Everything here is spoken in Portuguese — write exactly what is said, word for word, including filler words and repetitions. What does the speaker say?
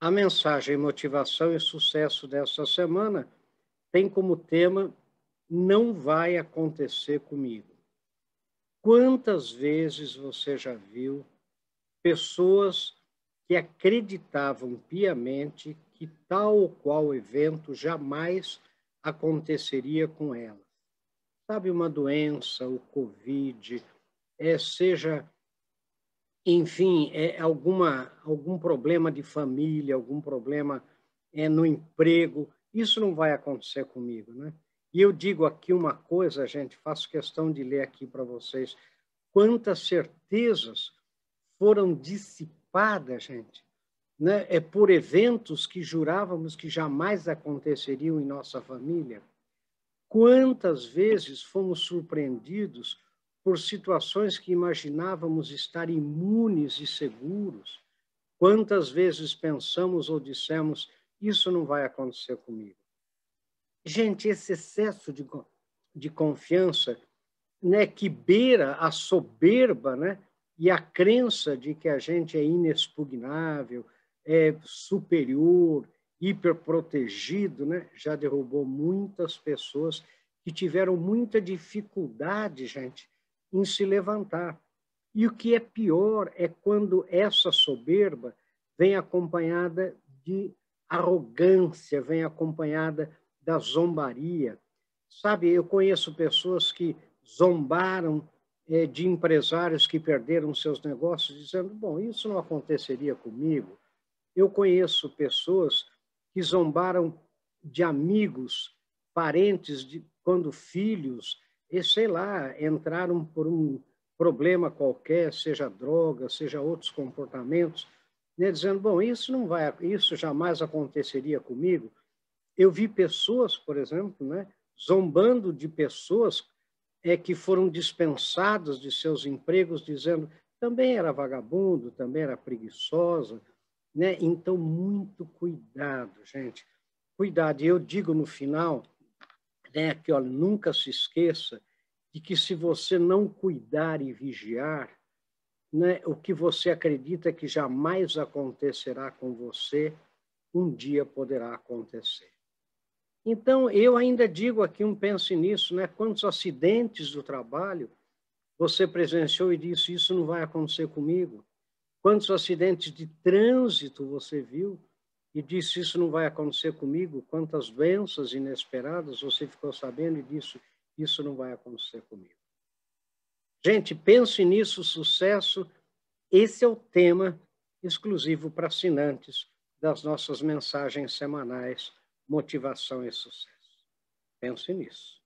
A mensagem Motivação e Sucesso desta semana tem como tema "Não vai acontecer comigo". Quantas vezes você já viu pessoas que acreditavam piamente que tal ou qual evento jamais aconteceria com elas? Sabe, uma doença, o Covid, eh, seja, enfim, eh, alguma algum problema de família, algum problema, eh, no emprego, isso não vai acontecer comigo, né. E eu digo aqui uma coisa, gente, faço questão de ler aqui para vocês, quantas certezas foram dissipadas, gente, né, é por eventos que jurávamos que jamais aconteceriam em nossa família. Quantas vezes fomos surpreendidos por situações que imaginávamos estar imunes e seguros? Quantas vezes pensamos ou dissemos: "Isso não vai acontecer comigo"? Gente, esse excesso de co de confiança, né, que beira a soberba, né, e a crença de que a gente é inexpugnável, é superior, hiperprotegido, né, já derrubou muitas pessoas que tiveram muita dificuldade, gente, em se levantar. E o que é pior é quando essa soberba vem acompanhada de arrogância, vem acompanhada da zombaria. Sabe, eu conheço pessoas que zombaram, eh, de empresários que perderam seus negócios, dizendo: "Bom, isso não aconteceria comigo". Eu conheço pessoas que zombaram de amigos, parentes de quando filhos, e sei lá, entraram por um problema qualquer, seja droga, seja outros comportamentos, né, dizendo: "Bom, isso não vai isso jamais aconteceria comigo". Eu vi pessoas, por exemplo, né, zombando de pessoas, é que foram dispensadas de seus empregos, dizendo: "Também era vagabundo, também era preguiçosa", né. Então, muito cuidado, gente, cuidado. E eu digo no final, né, que olha, nunca se esqueça de que se você não cuidar e vigiar, né, o que você acredita que jamais acontecerá com você, um dia poderá acontecer. Então, eu ainda digo aqui um pense nisso, né, quantos acidentes do trabalho você presenciou e disse: "Isso não vai acontecer comigo"? Quantos acidentes de trânsito você viu e disse: "Isso não vai acontecer comigo"? Quantas doenças inesperadas você ficou sabendo e disse: "Isso não vai acontecer comigo"? Gente, pense nisso, sucesso, esse é o tema exclusivo para assinantes das nossas mensagens semanais, Motivação e Sucesso. Pense nisso.